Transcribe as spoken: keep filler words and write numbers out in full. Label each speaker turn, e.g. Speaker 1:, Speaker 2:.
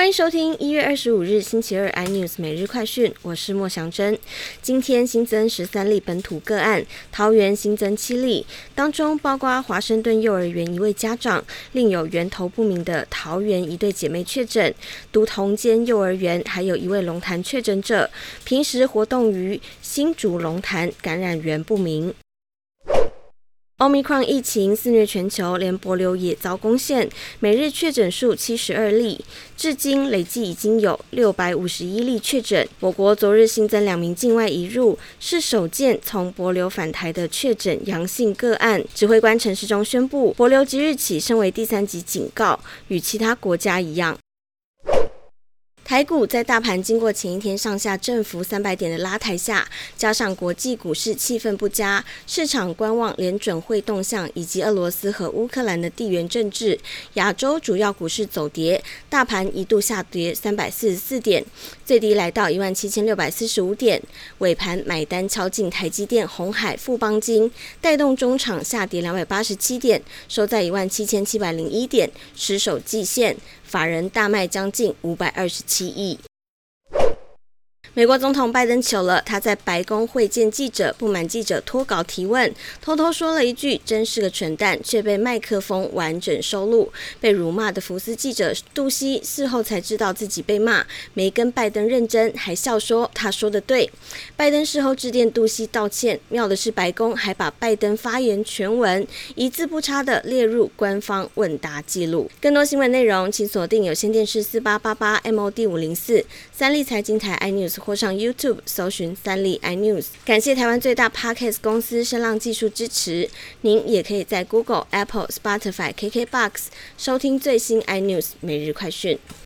Speaker 1: 欢迎收听一月二十五日星期二 iNews 每日快讯，我是莫祥珍。今天新增十三例本土个案，桃园新增七例，当中包括华盛顿幼儿园一位家长，另有源头不明的桃园一对姐妹确诊，读同间幼儿园还有一位龙潭确诊者，平时活动于新竹龙潭，感染源不明。Omicron 疫情肆虐全球，连帛琉也遭攻陷，每日确诊数七十二例，至今累计已经有六百五十一例确诊。我国昨日新增两名境外移入，是首见从帛琉返台的确诊阳性个案。指挥官陈时中宣布，帛琉即日起升为第三级警告，与其他国家一样。台股在大盘经过前一天上下振幅三百点的拉抬下，加上国际股市气氛不佳，市场观望联准会动向以及俄罗斯和乌克兰的地缘政治，亚洲主要股市走跌，大盘一度下跌三百四十四点，最低来到一万七千六百四十五点，尾盘买单敲进台积电、鸿海、富邦金，带动中场下跌两百八十七点，收在一万七千七百零一点，失守季线，法人大卖将近五百二十七亿。美国总统拜登糗了，他在白宫会见记者，不满记者脱稿提问，偷偷说了一句真是个蠢蛋，却被麦克风完整收录。被辱骂的福斯记者杜西事后才知道自己被骂，没跟拜登认真，还笑说他说的对。拜登事后致电杜西道歉，妙的是白宫还把拜登发言全文一字不差的列入官方问答记录。更多新闻内容请锁定有线电视四八八八 M O D 五零四三立财经台 iNews 或上 YouTube 搜寻三立 iNews。感谢台湾最大 Podcast 公司声浪技术支持。您也可以在 Google、Apple、Spotify、K K B O X 收听最新 iNews 每日快讯。